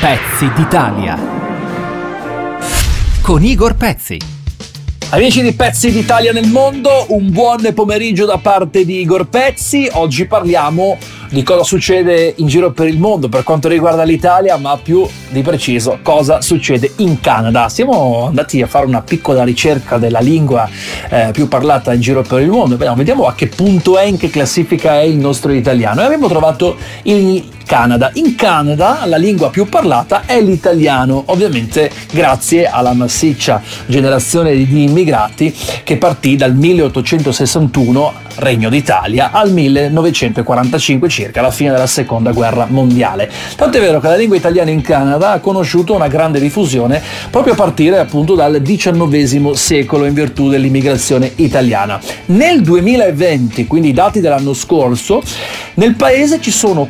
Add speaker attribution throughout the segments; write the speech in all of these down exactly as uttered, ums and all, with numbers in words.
Speaker 1: Pezzi d'Italia con Igor Pezzi.
Speaker 2: Amici di Pezzi d'Italia nel mondo, un buon pomeriggio da parte di Igor Pezzi. Oggi parliamo di cosa succede in giro per il mondo per quanto riguarda l'Italia, ma più di preciso cosa succede in Canada. Siamo andati a fare una piccola ricerca della lingua eh, più parlata in giro per il mondo. Vediamo, vediamo a che punto è, in che classifica è il nostro italiano, e abbiamo trovato il Canada. In Canada la lingua più parlata è l'italiano, ovviamente grazie alla massiccia generazione di immigrati che partì dal milleottocentosessantuno, Regno d'Italia, al millenovecentoquarantacinque circa, alla fine della seconda guerra mondiale. Tanto è vero che la lingua italiana in Canada ha conosciuto una grande diffusione proprio a partire appunto dal diciannovesimo secolo in virtù dell'immigrazione italiana. Nel duemilaventi, quindi i dati dell'anno scorso, nel paese ci sono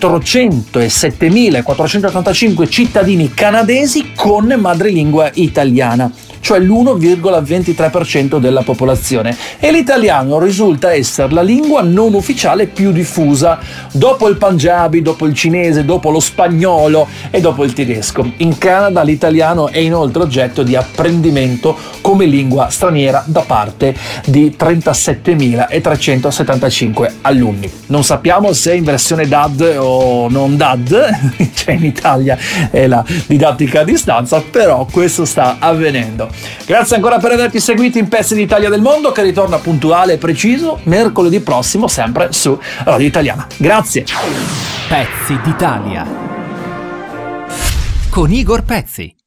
Speaker 2: quattrocentosettemilaquattrocentottantacinque cittadini canadesi con madrelingua italiana, cioè l'uno virgola ventitré per cento della popolazione, e l'italiano risulta essere la lingua non ufficiale più diffusa dopo il Punjabi, dopo il cinese, dopo lo spagnolo e dopo il tedesco. In Canada l'italiano è inoltre oggetto di apprendimento come lingua straniera da parte di trentasettemilatrecentosettantacinque alunni. Non sappiamo se in versione D A D o non D A D, cioè in Italia è la didattica a distanza, però questo sta avvenendo. Grazie ancora per averti seguito in Pezzi d'Italia del mondo, che ritorna puntuale e preciso mercoledì prossimo, sempre su Radio Italiana. Grazie.
Speaker 1: Pezzi d'Italia con Igor Pezzi.